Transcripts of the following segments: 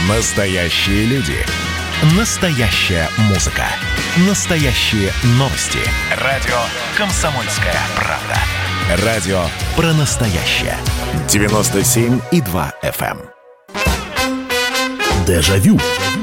Настоящие люди. Настоящая музыка. Настоящие новости. Радио «Комсомольская правда». Радио про настоящее. 97,2 FM. Дежавю.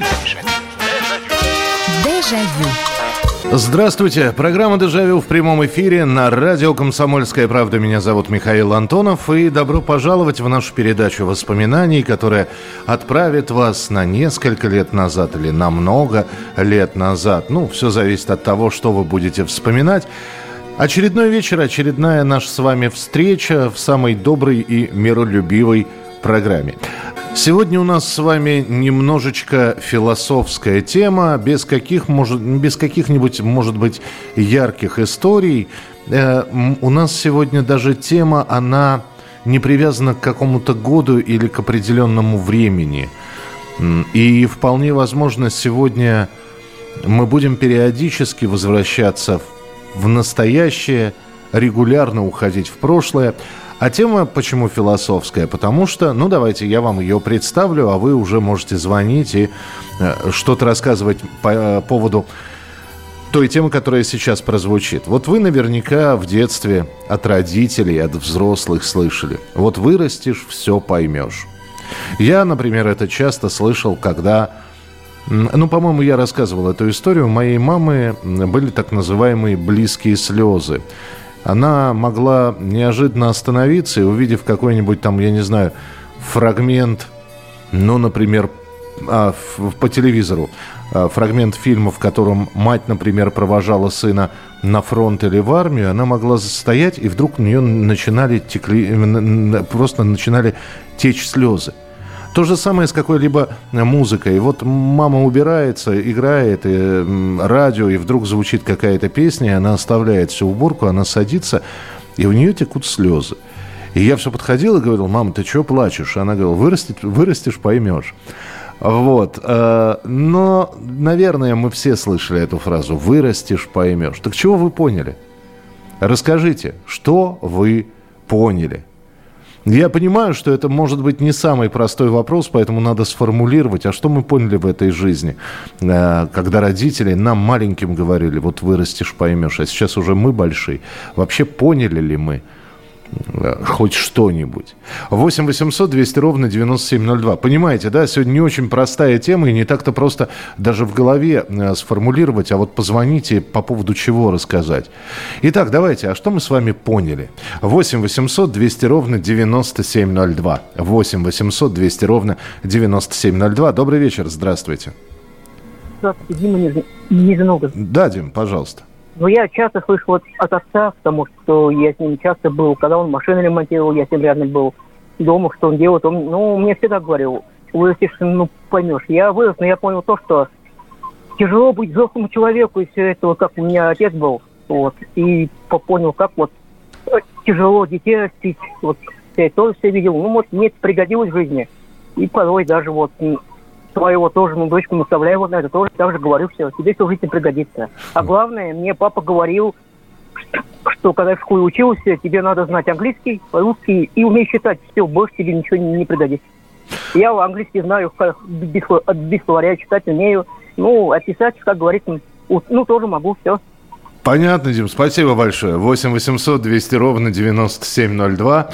Дежавю. Здравствуйте. Программа «Дежавю» в прямом эфире на радио «Комсомольская правда». Меня зовут Михаил Антонов. И добро пожаловать в нашу передачу воспоминаний, которая отправит вас на несколько лет назад или на много лет назад. Ну, все зависит от того, что вы будете вспоминать. Очередной вечер, очередная наша с вами встреча в самой доброй и миролюбивой программе. Сегодня у нас с вами немножечко философская тема, без каких-нибудь, может быть, ярких историй. У нас сегодня даже тема, она не привязана к какому-то году или к определенному времени. И вполне возможно, сегодня мы будем периодически возвращаться в настоящее, регулярно уходить в прошлое. А тема почему философская? Потому что, давайте я вам ее представлю, а вы уже можете звонить и что-то рассказывать по поводу той темы, которая сейчас прозвучит. Вот вы наверняка в детстве от родителей, от взрослых слышали: вот вырастешь, все поймешь. Я, например, это часто слышал, когда... по-моему, я рассказывал эту историю. У моей мамы были так называемые близкие слезы. Она могла неожиданно остановиться и, увидев какой-нибудь там, я не знаю, фрагмент, например, по телевизору, фрагмент фильма, в котором мать, например, провожала сына на фронт или в армию, она могла стоять, и вдруг у нее начинали течь слезы. То же самое с какой-либо музыкой. Вот мама убирается, играет радио, и вдруг звучит какая-то песня, и она оставляет всю уборку, она садится, и у нее текут слезы. И я все подходил и говорил: мама, ты чего плачешь? Она говорила: вырастешь, поймешь. Вот. Но, наверное, мы все слышали эту фразу: вырастешь, поймешь. Так чего вы поняли? Расскажите, что вы поняли? Я понимаю, что это может быть не самый простой вопрос, поэтому надо сформулировать, а что мы поняли в этой жизни, когда родители нам маленьким говорили: вот вырастешь, поймешь, а сейчас уже мы большие. Вообще поняли ли мы хоть что-нибудь? 8 800 200 ровно 9702. Понимаете, да, сегодня не очень простая тема, и не так-то просто даже в голове сформулировать, а вот позвоните, по поводу чего рассказать. Итак, давайте, а что мы с вами поняли? 8 800 200 ровно 9702. 8 800 200 ровно 9702. Добрый вечер, здравствуйте. Здравствуйте, Дима Нижногород. Да, Дим, пожалуйста. Я часто слышу вот от отца, потому что я с ним часто был, когда он машину ремонтировал, я с ним рядом был дома, что он делает. Он мне всегда говорил: вырастешь, поймешь. Я вырос, но я понял то, что тяжело быть взрослому человеку, и все это, вот как у меня отец был, вот, и понял, как вот тяжело детей растить, вот, я тоже все видел, мне это пригодилось в жизни, и порой даже вот своего тоже, дочку наставляю вот на это, тоже так же говорю: все, тебе все в жизни пригодится. А главное, мне папа говорил, что когда в школе учился, тебе надо знать английский, русский и уметь считать. Все, больше тебе ничего не пригодится. Я английский знаю без словаря, читать умею. А писать, как говорится, тоже могу, все. Понятно, Дим, спасибо большое. 8 800 200 ровно 9702.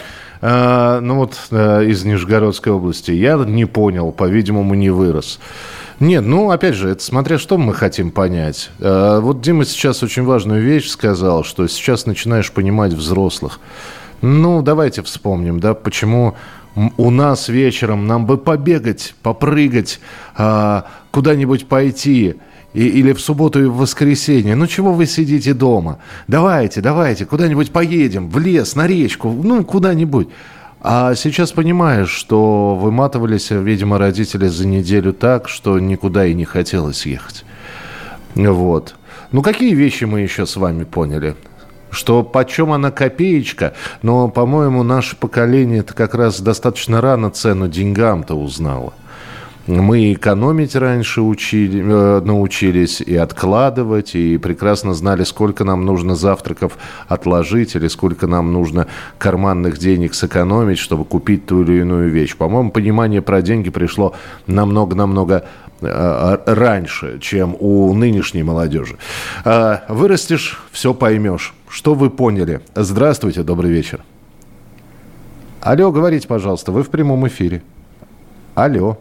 Из Нижегородской области. Я не понял, по-видимому, не вырос. Нет, опять же, это смотря что мы хотим понять. Вот Дима сейчас очень важную вещь сказал, что сейчас начинаешь понимать взрослых. Давайте вспомним, да, почему у нас вечером нам бы побегать, попрыгать, куда-нибудь пойти, или в субботу и в воскресенье. Чего вы сидите дома? Давайте, куда-нибудь поедем, в лес, на речку, куда-нибудь. А сейчас понимаешь, что выматывались, видимо, родители за неделю так, что никуда и не хотелось ехать. Вот. Какие вещи мы еще с вами поняли? Что почем она копеечка, но, по-моему, наше поколение-то как раз достаточно рано цену деньгам-то узнало. Мы экономить раньше научились, и откладывать, и прекрасно знали, сколько нам нужно завтраков отложить, или сколько нам нужно карманных денег сэкономить, чтобы купить ту или иную вещь. По-моему, понимание про деньги пришло намного-намного раньше, чем у нынешней молодежи. Вырастешь, все поймешь. Что вы поняли? Здравствуйте, добрый вечер. Алло, говорите, пожалуйста, вы в прямом эфире. Алло.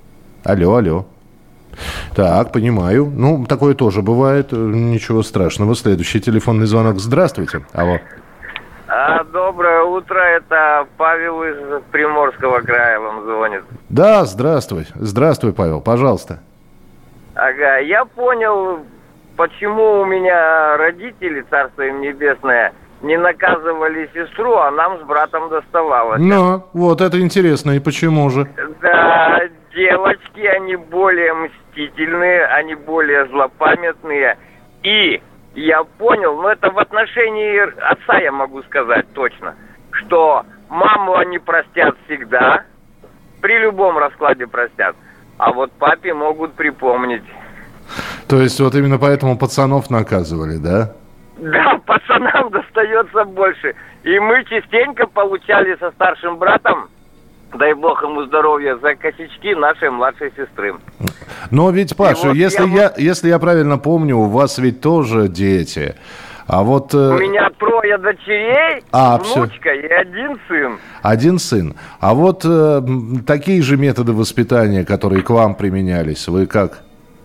Так, понимаю. Ну, такое тоже бывает. Ничего страшного. Следующий телефонный звонок. Здравствуйте. Алло. Доброе утро. Это Павел из Приморского края вам звонит. Да, здравствуй. Здравствуй, Павел. Пожалуйста. Ага, я понял, почему у меня родители, царство им небесное, не наказывали сестру, а нам с братом доставалось. Ну, вот это интересно. И почему же? Да, девочки, они более мстительные, они более злопамятные. И я понял, это в отношении отца я могу сказать точно, что маму они простят всегда, при любом раскладе простят, а вот папе могут припомнить. То есть вот именно поэтому пацанов наказывали, да? Да, пацанам достается больше. И мы частенько получали со старшим братом, дай бог ему здоровья, за косячки нашей младшей сестры. Но ведь, Паша, вот если я правильно помню, у вас ведь тоже дети. А вот... У меня 3 дочерей, внучка и 1 сын. 1 сын. А вот такие же методы воспитания, которые к вам применялись, вы как?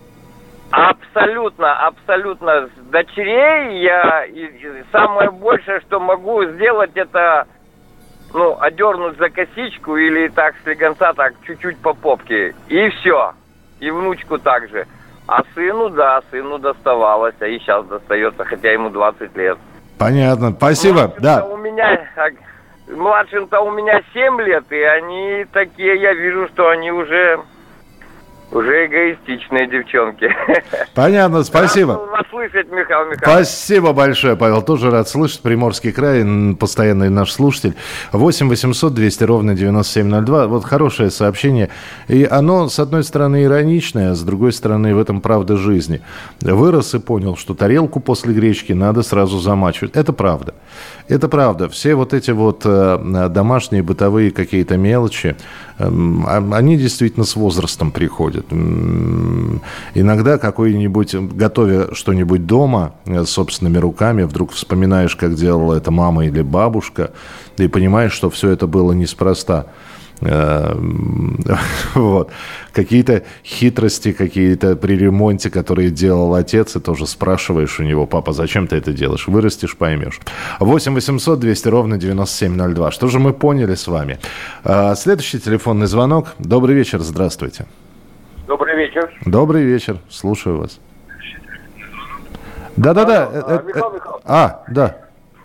Абсолютно. С дочерей самое большее, что могу сделать, это, одернуть за косичку или так слегонца, так чуть-чуть по попке. И все. И внучку также. А сыну доставалось, и сейчас достается, хотя ему 20 лет. Понятно. Спасибо. Младшим-то у меня 7 лет, и они такие, я вижу, что они уже эгоистичные девчонки. Понятно, спасибо. Рад вас слышать, Михаил Михайлович. Спасибо большое, Павел. Тоже рад слышать. Приморский край, постоянный наш слушатель. 8 800 200 ровно 9702. Вот хорошее сообщение. И оно, с одной стороны, ироничное, а с другой стороны, в этом правда жизни. Вырос и понял, что тарелку после гречки надо сразу замачивать. Это правда. Это правда. Все вот эти вот домашние бытовые какие-то мелочи, они действительно с возрастом приходят. Иногда какой-нибудь, готовя что-нибудь дома собственными руками, вдруг вспоминаешь, как делала это мама или бабушка, и понимаешь, что все это было неспроста. Вот. Какие-то хитрости, какие-то при ремонте, которые делал отец, и тоже спрашиваешь у него: папа, зачем ты это делаешь? Вырастешь, поймешь. 8 800 200 ровно 9702. Что же мы поняли с вами? Следующий телефонный звонок. Добрый вечер, здравствуйте. Добрый вечер. Добрый вечер, слушаю вас. Да-да-да. Да.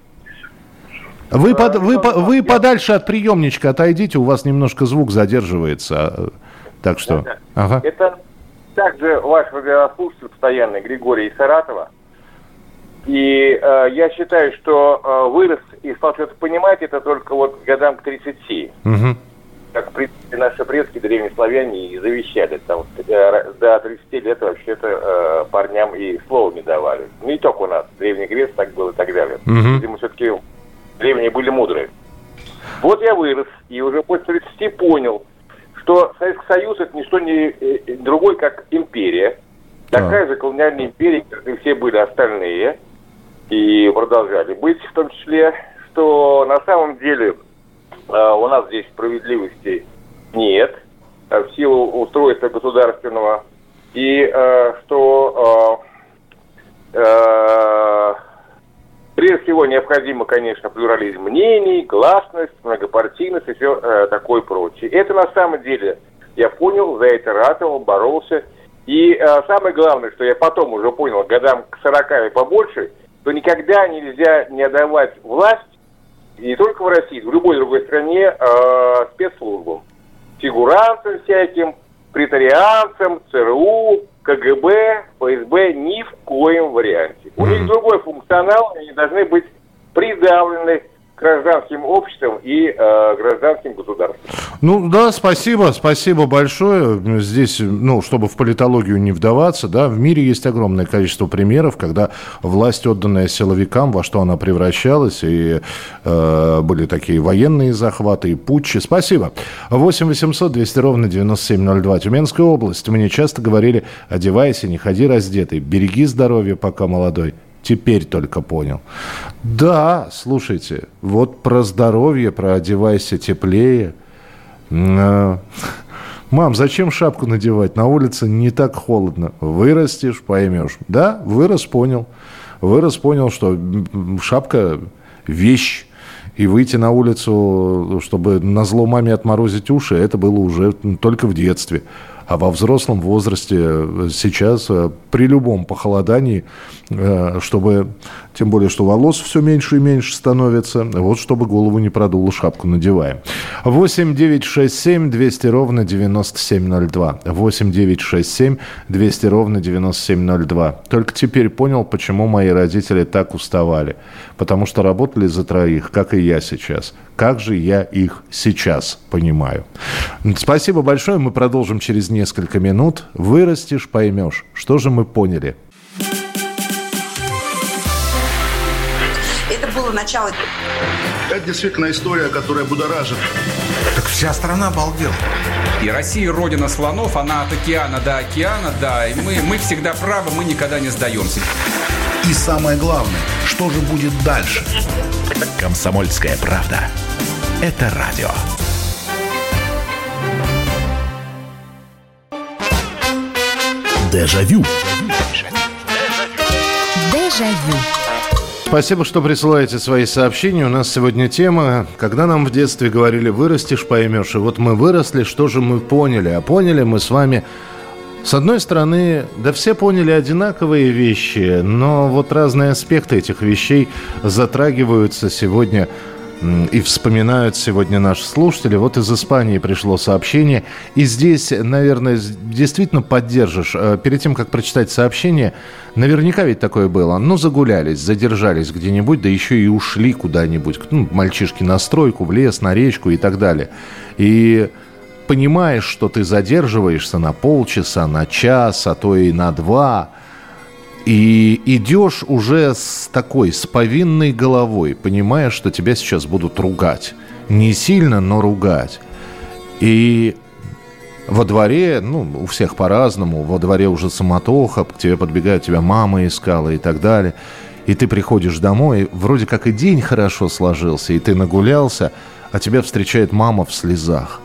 Вы подальше от приемничка отойдите, у вас немножко звук задерживается. Так что... Да. Ага. Это также ваш радиослушатель постоянный, Григорий из Саратова. И я считаю, что вырос и стал что-то понимать это только вот годам к 30. Угу. Как, в принципе, наши предки, древние славяне, и завещали. Там, до 30 лет вообще-то парням и слова не давали. Ну, не только у нас. В Древней Греции так было и так далее. Угу. Видимо, все-таки древние были мудрые. Вот я вырос и уже после 30 понял, что Советский Союз — это не что ни другой, как империя. Такая же колониальная империя, как и все были остальные. И продолжали быть в том числе, что на самом деле у нас здесь справедливости нет в силу устройства государственного. И что прежде всего необходимо, конечно, плюрализм мнений, гласность, многопартийность и все такое прочее. Это на самом деле я понял, за это ратовал, боролся. И самое главное, что я потом уже понял, годам к 40 и побольше, что никогда нельзя не отдавать власть, и не только в России, в любой другой стране, спецслужбам, фигурантам всяким, претарианцам, ЦРУ, КГБ, ФСБ ни в коем варианте. У них другой функционал, они должны быть придавлены гражданским обществом и гражданским государством. Ну да, спасибо большое. Здесь, чтобы в политологию не вдаваться, да, в мире есть огромное количество примеров, когда власть, отданная силовикам, во что она превращалась, и были такие военные захваты и путчи. Спасибо. 8 800 200 ровно 9702. Тюменская область. Мне часто говорили: одевайся, не ходи раздетый, береги здоровье, пока молодой. Теперь только понял. Да, слушайте, вот про здоровье, про одевайся теплее. Мам, зачем шапку надевать? На улице не так холодно. Вырастешь, поймешь. Да, вырос, понял. Что шапка – вещь. И выйти на улицу, чтобы назло маме отморозить уши, это было уже только в детстве. А во взрослом возрасте сейчас при любом похолодании, чтобы, тем более, что волос все меньше и меньше становится, вот чтобы голову не продуло, шапку надеваем. 8 9 6 7 200 ровно 9702. 8 9 6 7 200 ровно 9702. Только теперь понял, почему мои родители так уставали. Потому что работали за троих, как и я сейчас. Как же я их сейчас понимаю. Спасибо большое. Мы продолжим через несколько минут. Вырастешь, поймешь. Что же мы поняли? Это было начало. Это действительно история, которая будоражит. Так вся страна обалдела. И Россия родина слонов, она от океана до океана, да. И мы всегда правы, мы никогда не сдаемся. И самое главное, что же будет дальше? «Комсомольская правда». Это радио. Дежавю. Дежавю. Спасибо, что присылаете свои сообщения. У нас сегодня тема, когда нам в детстве говорили: вырастешь, поймешь. И вот мы выросли, что же мы поняли? А поняли мы с вами, с одной стороны, да все поняли одинаковые вещи, но вот разные аспекты этих вещей затрагиваются сегодня и вспоминают сегодня наши слушатели. Вот из Испании пришло сообщение. И здесь, наверное, действительно поддержишь. Перед тем, как прочитать сообщение, наверняка ведь такое было. Загулялись, задержались где-нибудь, да еще и ушли куда-нибудь. Мальчишки на стройку, в лес, на речку и так далее. И понимаешь, что ты задерживаешься на полчаса, на час, а то и на 2. И идешь уже с повинной головой, понимая, что тебя сейчас будут ругать. Не сильно, но ругать. И во дворе, у всех по-разному, во дворе уже суматоха, к тебе подбегают, тебя мама искала и так далее. И ты приходишь домой, вроде как и день хорошо сложился, и ты нагулялся, а тебя встречает мама в слезах.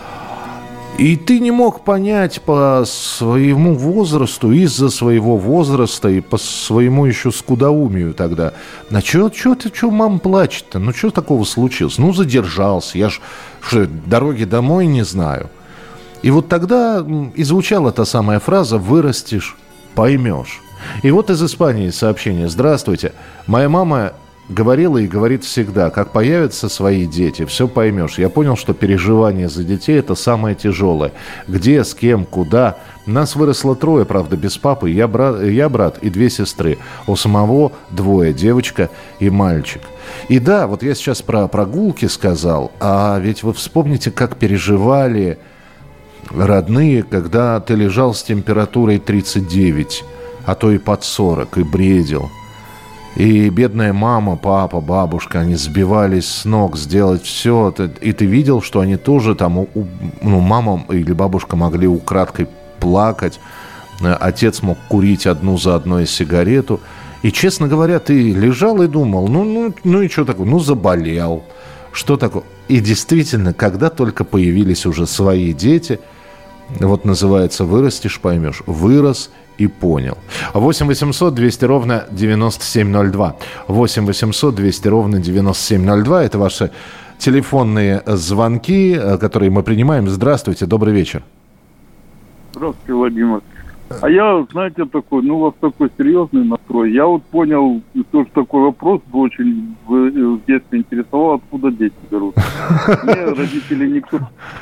И ты не мог понять по своему возрасту, из-за своего возраста и по своему еще скудоумию тогда. А что мама плачет-то? Что такого случилось? Задержался. Я ж дороги домой не знаю. И вот тогда и звучала та самая фраза: вырастешь, поймешь. И вот из Испании сообщение. Здравствуйте. Моя мама говорила и говорит всегда: как появятся свои дети, все поймешь. Я понял, что переживание за детей – это самое тяжелое. Где, с кем, куда. Нас выросло 3, правда, без папы. Я брат и 2 сестры. У самого 2, девочка и мальчик. И да, вот я сейчас про прогулки сказал, а ведь вы вспомните, как переживали родные, когда ты лежал с температурой 39, а то и под 40, и бредил. И бедная мама, папа, бабушка, они сбивались с ног сделать все. И ты видел, что они тоже там, мама или бабушка могли украдкой плакать. Отец мог курить одну за одной сигарету. И, честно говоря, ты лежал и думал, и что такое? Заболел. Что такое? И действительно, когда только появились уже свои дети, вот называется «вырастешь, поймешь». Вырос и понял. 8 800 200 ровно 9702. 8 800 200 ровно 9702. Это ваши телефонные звонки, которые мы принимаем. Здравствуйте, добрый вечер. Здравствуйте, Владимир. А я, знаете, такой, у вас такой серьезный настрой. Я вот понял, тоже такой вопрос очень в детстве интересовал, откуда дети берут. Мне родители никто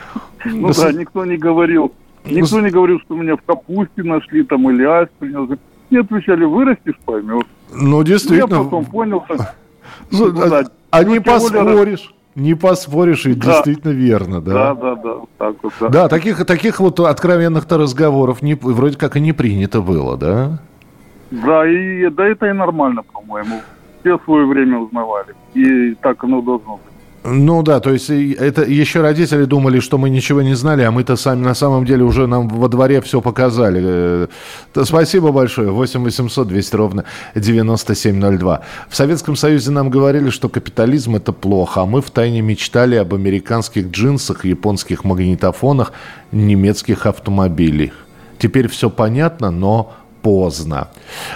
не говорил. Никто не говорил, что меня в капусте нашли там или айс принес. Мне отвечали: вырастешь, поймешь. Действительно. Я потом понял, не поспоришь. Не поспоришь, и действительно верно, да. Да. Так вот, да. Да, таких вот откровенных-то разговоров вроде как и не принято было, да? Да, это и нормально, по-моему. Все в свое время узнавали. И так оно должно быть. Ну да, то есть это еще родители думали, что мы ничего не знали, а мы-то сами на самом деле уже нам во дворе все показали. Спасибо большое. 8 800 200 ровно 9702. В Советском Союзе нам говорили, что капитализм – это плохо, а мы втайне мечтали об американских джинсах, японских магнитофонах, немецких автомобилях. Теперь все понятно, но поздно.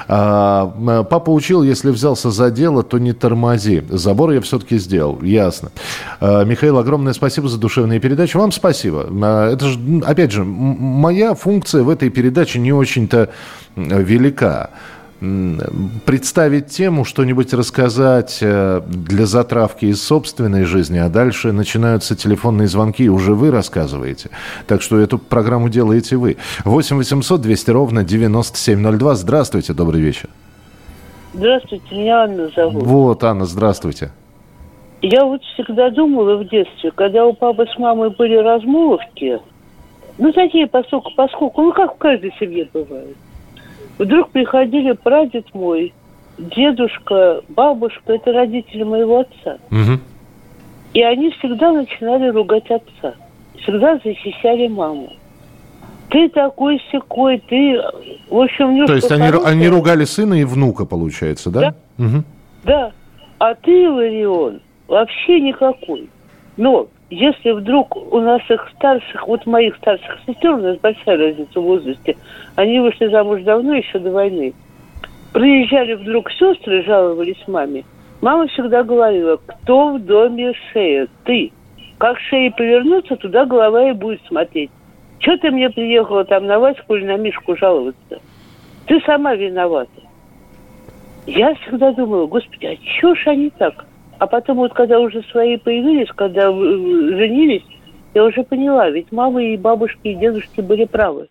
Папа учил, если взялся за дело, то не тормози. Забор я все-таки сделал. Ясно. Михаил, огромное спасибо за душевные передачи. Вам спасибо. Это же, опять же, моя функция в этой передаче не очень-то велика. Представить тему, что-нибудь рассказать для затравки из собственной жизни, а дальше начинаются телефонные звонки, и уже вы рассказываете. Так что эту программу делаете вы. 8 800 200 ровно 9702. Здравствуйте, добрый вечер. Здравствуйте, меня Анна зовут. Вот, Анна, здравствуйте. Я вот всегда думала в детстве, когда у папы с мамой были размолвки, такие поскольку, как в каждой семье бывает. Вдруг приходили прадед мой, дедушка, бабушка, это родители моего отца. Угу. И они всегда начинали ругать отца. Всегда защищали маму. Ты такой-сякой, ты... В общем, то есть они ругали сына и внука, получается, да? Да. Угу. Да. А ты, Ларион, вообще никакой. Но если вдруг у наших старших, вот моих старших сестер, у нас большая разница в возрасте, они вышли замуж давно, еще до войны, приезжали вдруг сестры, жаловались маме, мама всегда говорила, кто в доме шея? Ты. Как шея повернуться, туда голова и будет смотреть. Че ты мне приехала там на Ваську или на Мишку жаловаться? Ты сама виновата. Я всегда думала, господи, а че ж они так? А потом вот, когда уже свои появились, когда женились, я уже поняла, ведь мамы и бабушки, и дедушки были правы.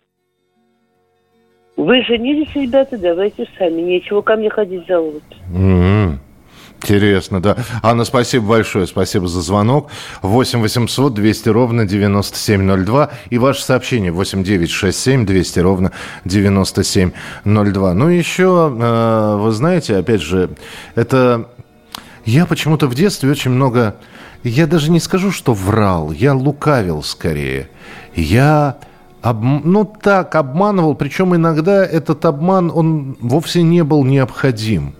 Вы женились, ребята, давайте сами, нечего ко мне ходить жаловаться. Интересно, да. Анна, спасибо большое, спасибо за звонок. 8 800 200 ровно 9702. И ваше сообщение 8 967 200 ровно 9702. Ну, еще, вы знаете, опять же, это... Я почему-то в детстве очень много... Я даже не скажу, что врал. Я лукавил скорее. Я... обманывал. Причем иногда этот обман, он вовсе не был необходим.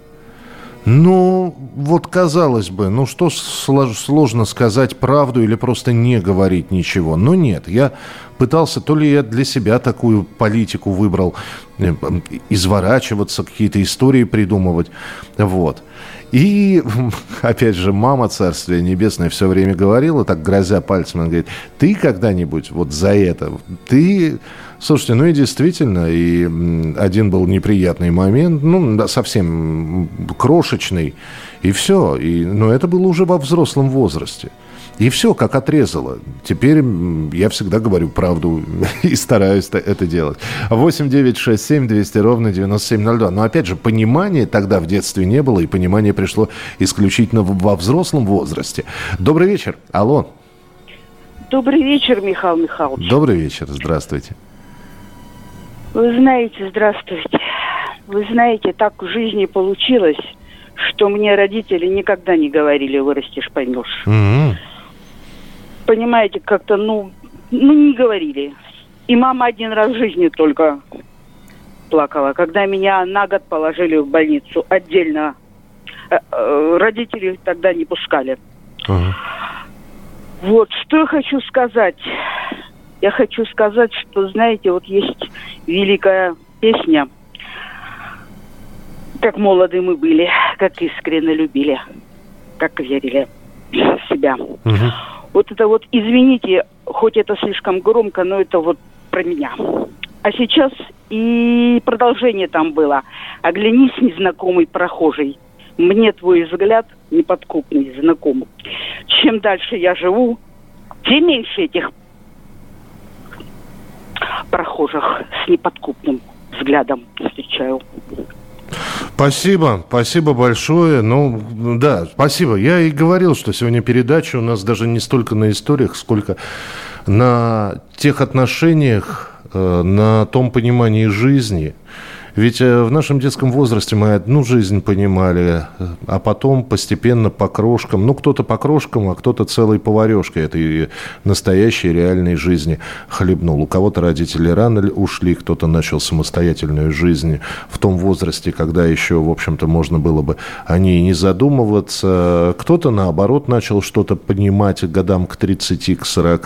Вот казалось бы, что сложно сказать правду или просто не говорить ничего. Но нет, я пытался, то ли я для себя такую политику выбрал, изворачиваться, какие-то истории придумывать. Вот. И, опять же, мама, Царствие Небесное, все время говорила, так грозя пальцем, она говорит, ты когда-нибудь вот за это, ты... Слушайте, и действительно, и один был неприятный момент, совсем крошечный, и все. Но это было уже во взрослом возрасте. И все, как отрезало. Теперь я всегда говорю правду и стараюсь это делать. 8 967 200 ровно 9702. Но опять же, понимания тогда в детстве не было, и понимание пришло исключительно во взрослом возрасте. Добрый вечер. Алло. Добрый вечер, Михаил Михайлович. Добрый вечер. Здравствуйте. Вы знаете, здравствуйте. Вы знаете, так в жизни получилось, что мне родители никогда не говорили «вырастешь, поймешь». Mm-hmm. Понимаете, как-то, не говорили. И мама один раз в жизни только плакала, когда меня на год положили в больницу отдельно. Родители тогда не пускали. Uh-huh. Вот, что я хочу сказать. Я хочу сказать, что, знаете, вот есть великая песня «Как молоды мы были, как искренне любили, как верили в себя». Uh-huh. Вот это вот, извините, хоть это слишком громко, но это вот про меня. А сейчас и продолжение там было. «Оглянись, незнакомый прохожий, мне твой взгляд неподкупный знаком. Чем дальше я живу, тем меньше этих прохожих с неподкупным взглядом встречаю». Спасибо большое. Ну, да, спасибо. Я и говорил, что сегодня передача у нас даже не столько на историях, сколько на тех отношениях, на том понимании жизни. Ведь в нашем детском возрасте мы одну жизнь понимали, а потом постепенно по крошкам, ну, кто-то по крошкам, а кто-то целой поварешкой этой настоящей реальной жизни хлебнул. У кого-то родители рано ушли, кто-то начал самостоятельную жизнь в том возрасте, когда еще, в общем-то, можно было бы о ней не задумываться. Кто-то, наоборот, начал что-то понимать годам к 30, к 40.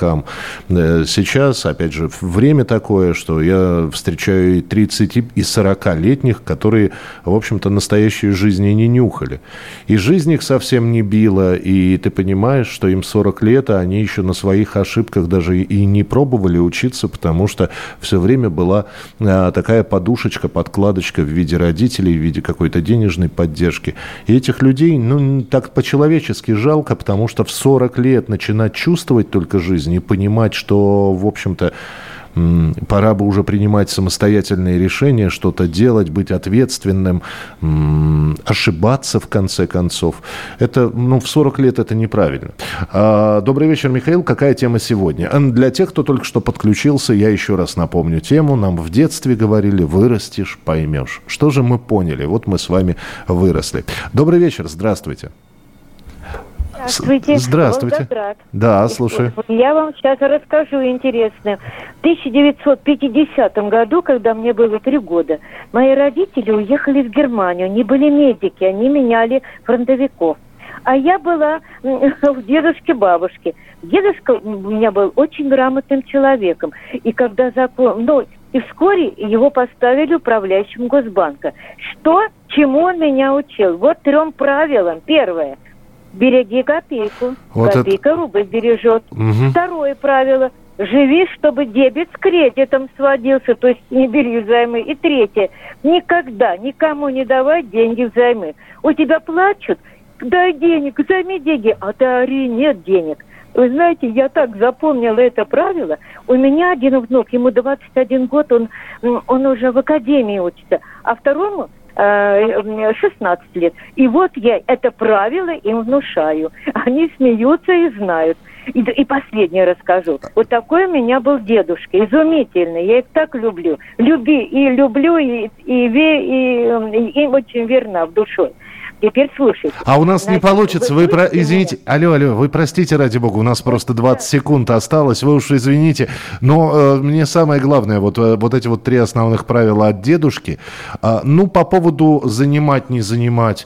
Сейчас, опять же, время такое, что я встречаю и 30, и 40-летних, которые, в общем-то, настоящей жизни не нюхали. И жизнь их совсем не била, и ты понимаешь, что им 40 лет, а они еще на своих ошибках даже и не пробовали учиться, потому что все время была такая подушечка, подкладочка в виде родителей, в виде какой-то денежной поддержки. И этих людей, ну, так по-человечески жалко, потому что в 40 лет начинать чувствовать только жизнь и понимать, что, в общем-то, пора бы уже принимать самостоятельные решения, что-то делать, быть ответственным, ошибаться в конце концов. Это, ну, в 40 лет это неправильно. Добрый вечер, Михаил. Какая тема сегодня? Для тех, кто только что подключился, я еще раз напомню тему. Нам в детстве говорили: вырастешь, поймешь. Что же мы поняли? Вот мы с вами выросли. Добрый вечер, здравствуйте. Здравствуйте. Здравствуйте. Волгоград. Да, слушаю. Я вам сейчас расскажу интересное. В 1950 году, когда мне было 3 года, мои родители уехали в Германию. Они были медики, они меняли фронтовиков. А я была у дедушки-бабушки. Дедушка у меня был очень грамотным человеком. И когда и вскоре его поставили управляющим Госбанка. Чему он меня учил? Вот 3 правилам. Первое. Береги копейку. Вот копейка это... рубль бережет. Угу. Второе правило. Живи, чтобы дебет с кредитом сводился, то есть не бери взаймы. И третье. Никогда никому не давай деньги взаймы. У тебя плачут? Дай денег, займи деньги. А ты ори, нет денег. Вы знаете, я так запомнила это правило. У меня один внук, ему 21 год, он уже в академии учится. А второму 16 лет. И вот я это правило им внушаю. Они смеются и знают. И последнее расскажу. Вот такой у меня был дедушка, изумительный. Я их так люблю. Люблю, и очень верна в душе. Теперь слушайте. А у нас не получится. Извините. Алло, вы простите, ради бога, у нас просто 20 секунд осталось. Вы уж извините. Но мне самое главное, вот эти вот 3 основных правила от дедушки. По поводу занимать, не занимать.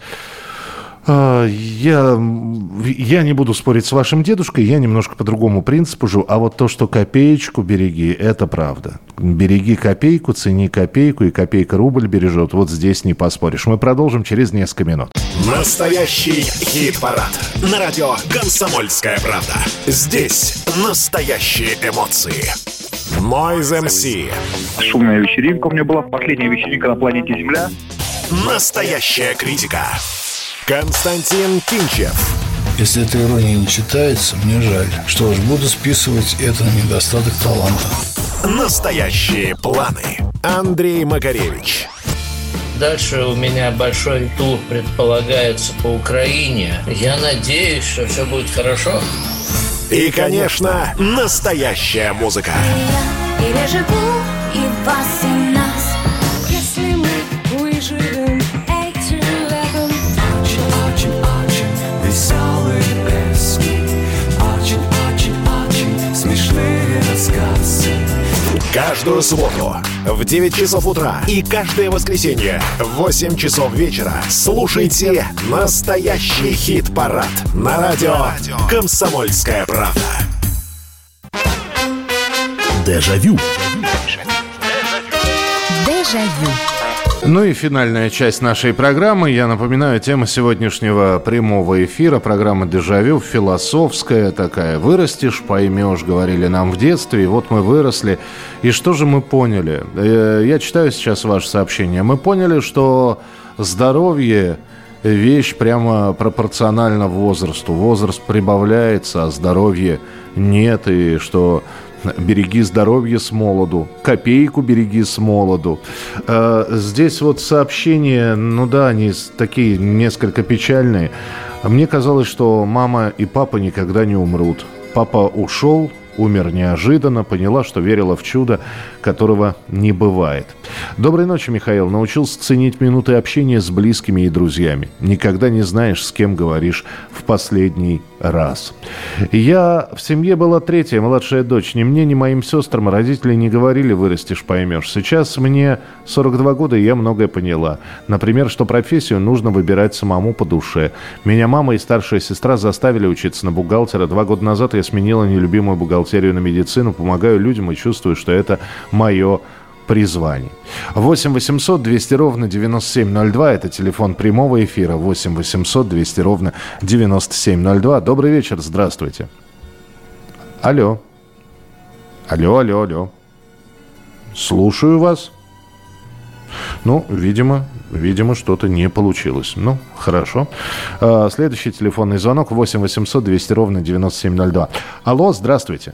Я не буду спорить с вашим дедушкой, я немножко по другому принципу живу. А вот то, что копеечку береги, это правда. Береги копейку, цени копейку, и копейка рубль бережет. Вот здесь не поспоришь. Мы продолжим через несколько минут. Настоящий хит-парад. На радио «Комсомольская правда». Здесь настоящие эмоции. Noise MC. Шумная вечеринка у меня была. Последняя вечеринка на планете Земля. Настоящая критика. Константин Кинчев. Если эта ирония не читается, мне жаль. Что ж, буду списывать это на недостаток таланта. Настоящие планы. Андрей Макаревич. Дальше у меня большой тур предполагается по Украине. Я надеюсь, что все будет хорошо. И, конечно, настоящая музыка. Я живу и вас, и нас. Если мы выживем эти летом. Очень-очень веселые песни. Очень-очень-очень смешные рассказы. Каждую субботу в 9 часов утра и каждое воскресенье в 8 часов вечера слушайте настоящий хит-парад на радио «Комсомольская правда». Дежавю. Дежавю. Ну и финальная часть нашей программы. Я напоминаю, тема сегодняшнего прямого эфира. Программа «Дежавю» философская такая. Вырастешь, поймешь, говорили нам в детстве. И вот мы выросли. И что же мы поняли? Я читаю сейчас ваше сообщение. Мы поняли, что здоровье – вещь прямо пропорциональна возрасту. Возраст прибавляется, а здоровья нет. И что береги здоровье с молоду, копейку береги с молоду. Здесь вот сообщения, ну да, они такие несколько печальные. Мне казалось, что мама и папа никогда не умрут. Папа ушел, умер неожиданно, поняла, что верила в чудо, которого не бывает. Доброй ночи, Михаил. Научился ценить минуты общения с близкими и друзьями. Никогда не знаешь, с кем говоришь в последний раз. Я в семье была третья, младшая дочь. Ни мне, ни моим сестрам родители не говорили: вырастешь, поймешь. Сейчас мне 42 года, и я многое поняла. Например, что профессию нужно выбирать самому по душе. Меня мама и старшая сестра заставили учиться на бухгалтера. 2 года назад я сменила нелюбимую бухгалтерию на медицину. Помогаю людям и чувствую, что это мое призвание. 8 800 200 ровно 9702. Это телефон прямого эфира. 8 800 200 ровно 9702. Добрый вечер. Здравствуйте. Алло. Алло. Слушаю вас. Ну, видимо, что-то не получилось. Ну, хорошо. Следующий телефонный звонок. 8 800 200 ровно 9702. Алло, здравствуйте.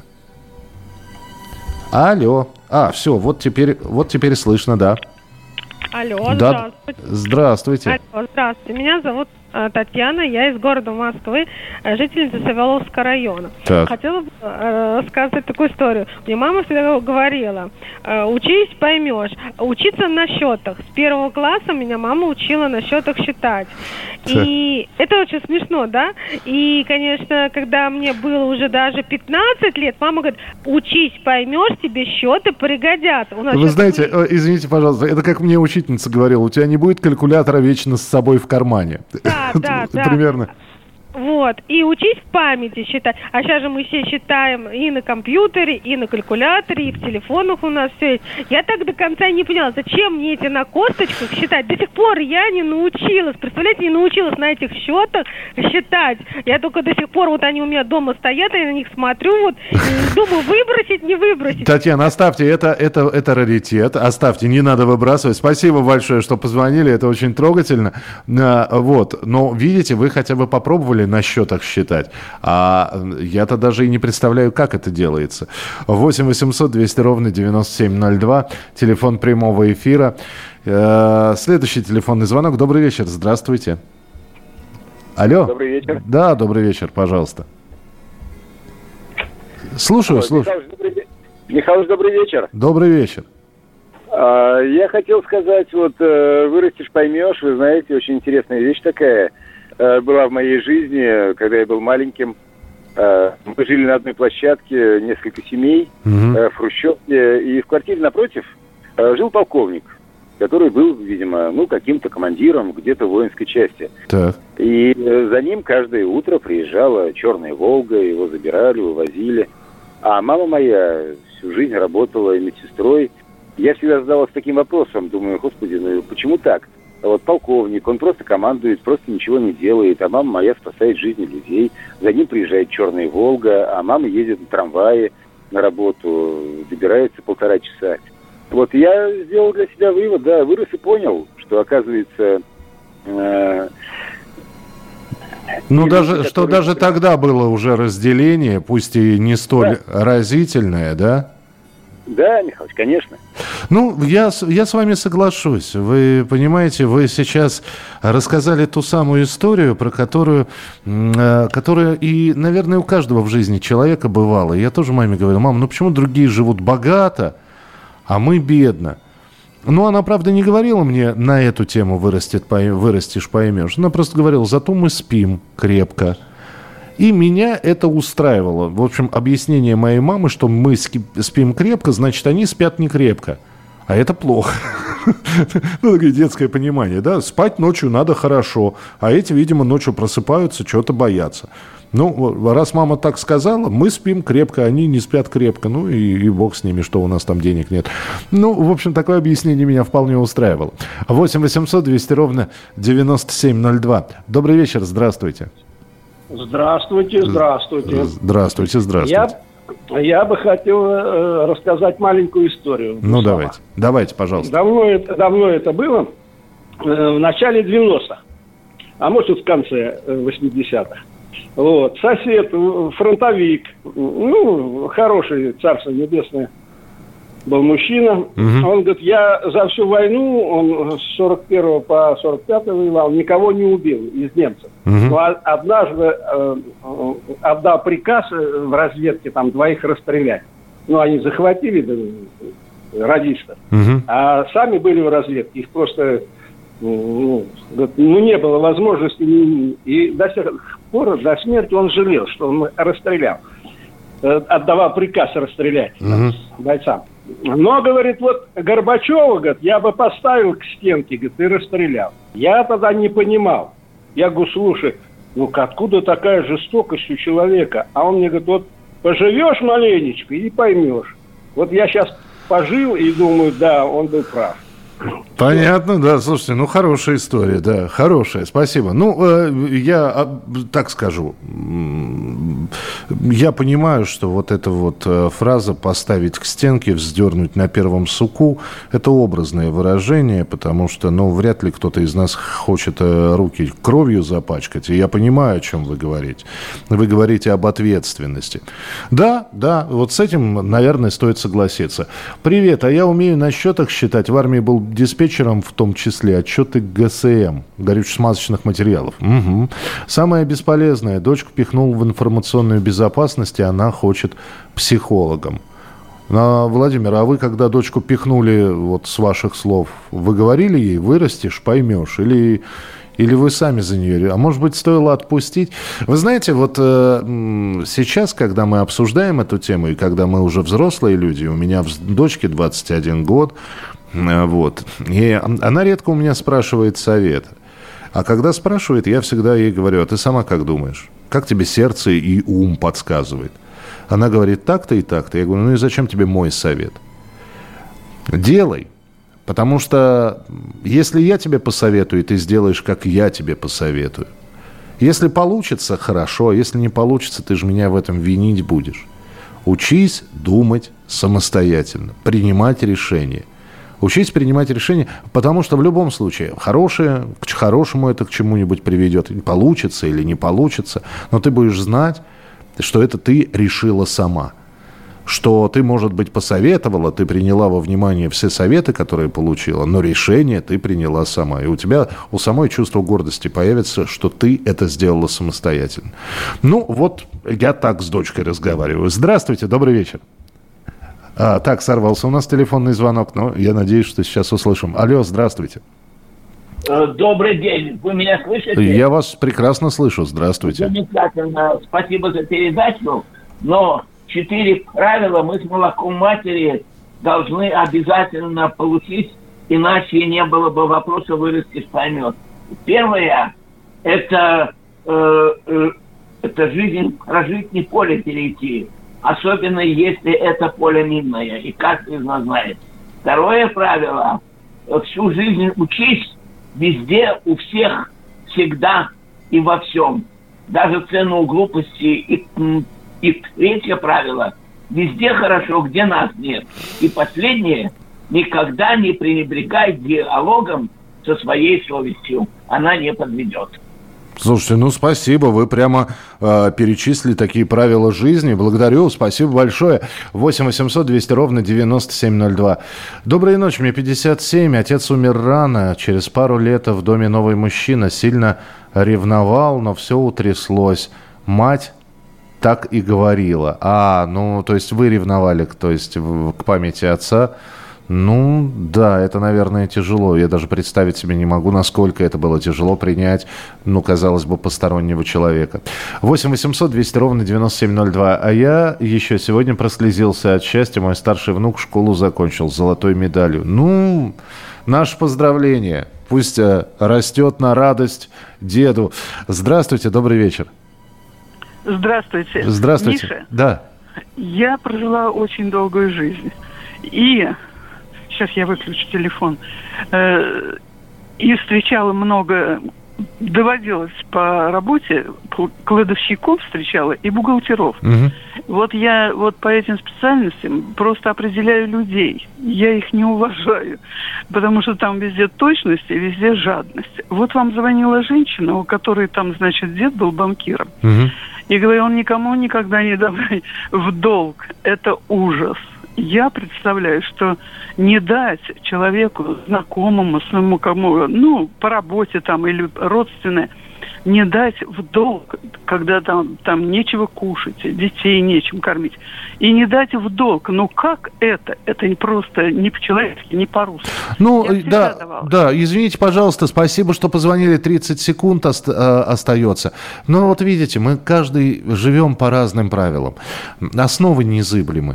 Алло. Все, вот теперь слышно, да. Алло, да. Здравствуйте. Алло, здравствуйте. Меня зовут Татьяна, я из города Москвы, жительница Савеловского района. Так. Хотела бы рассказать такую историю. Мне мама всегда говорила: учись, поймешь. Учиться на счетах. С 1 класса меня мама учила на счетах считать. И это очень смешно, да? И, конечно, когда мне было уже даже 15 лет, мама говорит: учись, поймешь, тебе счеты пригодятся. Вы знаете, извините, пожалуйста, это как мне учительница говорила: у тебя не будет калькулятора вечно с собой в кармане. Да. Примерно. Вот. И учись в памяти считать. А сейчас же мы все считаем и на компьютере, и на калькуляторе, и в телефонах у нас все есть. Я так до конца не поняла, зачем мне эти на косточках считать. До сих пор я не научилась. Представляете, не научилась на этих счетах считать. Я только до сих пор, вот они у меня дома стоят, я на них смотрю, вот, и думаю, выбросить, не выбросить. Татьяна, оставьте, это раритет. Оставьте, не надо выбрасывать. Спасибо большое, что позвонили, это очень трогательно. Вот. Но, видите, вы хотя бы попробовали на счетах считать. А я-то даже и не представляю, как это делается. 8 800 200 ровно 9702. Телефон прямого эфира. Следующий телефонный звонок. Добрый вечер. Здравствуйте. Алло. Добрый вечер. Да, добрый вечер, пожалуйста. Слушаю. Михаил, добрый вечер. Добрый вечер. Я хотел сказать, вот вырастешь, поймешь. Вы знаете, очень интересная вещь такая была в моей жизни, когда я был маленьким. Мы жили на одной площадке, несколько семей, в хрущевке, и в квартире напротив жил полковник, который был, видимо, каким-то командиром где-то в воинской части. Так. И за ним каждое утро приезжала черная «Волга», его забирали, увозили. А мама моя всю жизнь работала медсестрой. Я всегда задавался таким вопросом, думаю: господи, почему так? Вот полковник, он просто командует, просто ничего не делает, а мама моя спасает жизни людей. За ним приезжает черная «Волга», а мама едет на трамвае на работу, добирается 1,5 часа. Вот я сделал для себя вывод, да, вырос и понял, что, оказывается... даже тогда было уже разделение, пусть и не столь разительное, да? Да, Михалыч, конечно. Я с вами соглашусь. Вы понимаете, вы сейчас рассказали ту самую историю, про которая и, наверное, у каждого в жизни человека бывала. Я тоже маме говорил: мам, почему другие живут богато, а мы бедно? Она, правда, не говорила мне на эту тему «вырастешь, поймешь». Она просто говорила: зато мы спим крепко. И меня это устраивало. В общем, объяснение моей мамы, что мы спим крепко, значит, они спят не крепко. А это плохо. Такое детское понимание, да? Спать ночью надо хорошо, а эти, видимо, ночью просыпаются, чего-то боятся. Раз мама так сказала, мы спим крепко, они не спят крепко. И бог с ними, что у нас там денег нет. В общем, такое объяснение меня вполне устраивало. 8 800 200 ровно 9702. Добрый вечер, здравствуйте. Здравствуйте. Здравствуйте. Я бы хотел рассказать маленькую историю. Давайте, пожалуйста. Давно это было, в начале 90-х, а может в конце 80-х. Вот. Сосед, фронтовик, ну, хороший, царство небесное, был мужчина. Он говорит, я за всю войну, он с 41 по 45 воевал, никого не убил из немцев. Но однажды отдал приказ в разведке там 2 расстрелять. Ну, они захватили радистов, а сами были в разведке. Их просто не было возможности. И до сих пор, до смерти он жалел, что он расстрелял. Отдавал приказ расстрелять бойцам. Но, говорит, вот Горбачева, говорит, я бы поставил к стенке, говорит, и расстрелял. Я тогда не понимал. Я говорю, слушай, ну откуда такая жестокость у человека? А он мне говорит, вот поживешь маленечко и поймешь. Вот я сейчас пожил и думаю, да, он был прав. Понятно, да, слушайте, ну, хорошая история, да, хорошая, спасибо. Ну, я так скажу, я понимаю, что вот эта вот фраза «поставить к стенке», «вздернуть на первом суку» – это образное выражение, потому что, ну, вряд ли кто-то из нас хочет руки кровью запачкать, и я понимаю, о чем вы говорите. Вы говорите об ответственности. Да, вот с этим, наверное, стоит согласиться. Привет, а я умею на счетах считать, в армии был диспетчером, в том числе отчеты ГСМ, горюче-смазочных материалов. Угу. Самое бесполезное. Дочку пихнул в информационную безопасность, и она хочет психологом. Владимир, а вы, когда дочку пихнули, вот с ваших слов, вы говорили ей, вырастешь, поймешь, или вы сами за нее? А может быть, стоило отпустить? Вы знаете, вот сейчас, когда мы обсуждаем эту тему, и когда мы уже взрослые люди, у меня дочке 21 год, вот. И она редко у меня спрашивает совет. А когда спрашивает, я всегда ей говорю, а ты сама как думаешь? Как тебе сердце и ум подсказывает? Она говорит, так-то и так-то. Я говорю, ну и зачем тебе мой совет? Делай. Потому что если я тебе посоветую, ты сделаешь, как я тебе посоветую. Если получится, хорошо. Если не получится, ты же меня в этом винить будешь. Учись думать самостоятельно. Принимать решения. Учись принимать решения, потому что в любом случае к хорошему это к чему-нибудь приведет. Получится или не получится. Но ты будешь знать, что это ты решила сама. Что ты, может быть, посоветовала, ты приняла во внимание все советы, которые получила, но решение ты приняла сама. И у тебя у самой чувство гордости появится, что ты это сделала самостоятельно. Ну, вот я так с дочкой разговариваю. Здравствуйте, добрый вечер. Так, сорвался у нас телефонный звонок, но я надеюсь, что сейчас услышим. Алло, здравствуйте. Добрый день. Вы меня слышите? Я вас прекрасно слышу. Здравствуйте. Замечательно. Спасибо за передачу. Но 4 правила мы с молоком матери должны обязательно получить, иначе не было бы вопроса «вырастешь, поймет». Первое – это жизнь прожить, не поле перейти. Особенно, если это поле минное, и каждый из нас знает. Второе правило – всю жизнь учись везде, у всех, всегда и во всем. Даже цену глупости. И третье правило – везде хорошо, где нас нет. И последнее – никогда не пренебрегай диалогом со своей совестью. Она не подведет. Слушайте, ну спасибо, вы прямо перечислили такие правила жизни. Благодарю, спасибо большое. 8 800 200 ровно 9702. Доброй ночи, мне 57, отец умер рано. Через пару лет в доме новый мужчина, сильно ревновал, но все утряслось. Мать так и говорила. Ну, то есть вы ревновали, то есть к памяти отца. Ну, да, это, наверное, тяжело. Я даже представить себе не могу, насколько это было тяжело принять, ну, казалось бы, постороннего человека. 8 800 200 ровно 9702. А я еще сегодня прослезился от счастья. Мой старший внук школу закончил с золотой медалью. Ну, наше поздравление. Пусть растет на радость деду. Здравствуйте, добрый вечер. Здравствуйте. Здравствуйте. Миша, да. Я прожила очень долгую жизнь. И... Сейчас я выключу телефон. И встречала много доводилось по работе, кладовщиков встречала и бухгалтеров. Вот я вот по этим специальностям просто определяю людей. Я их не уважаю, потому что там везде точность и везде жадность. Вот вам звонила женщина, у которой там, значит, дед был банкиром. И говорит, он никому никогда не давай в долг. Это ужас. Я представляю, что не дать человеку, знакомому, своему кому, ну, по работе там или родственное, не дать в долг, когда там нечего кушать, детей нечем кормить, и не дать в долг. Ну, как это? Это не просто не по-человечески, не по-русски. Ну, да, извините, пожалуйста, спасибо, что позвонили, 30 секунд остается. Но вот видите, мы каждый живем по разным правилам. Основы незыблемы.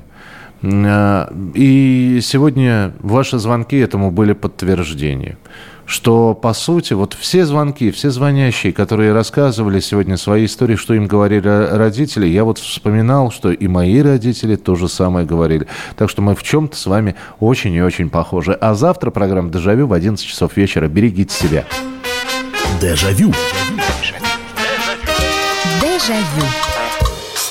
И сегодня ваши звонки этому были подтверждением, что, по сути, вот все звонки, все звонящие, которые рассказывали сегодня свои истории, что им говорили родители, я вот вспоминал, что и мои родители то же самое говорили. Так что мы в чем-то с вами очень и очень похожи. А завтра программа «Дежавю» в 11 часов вечера. Берегите себя. Дежавю. Дежавю.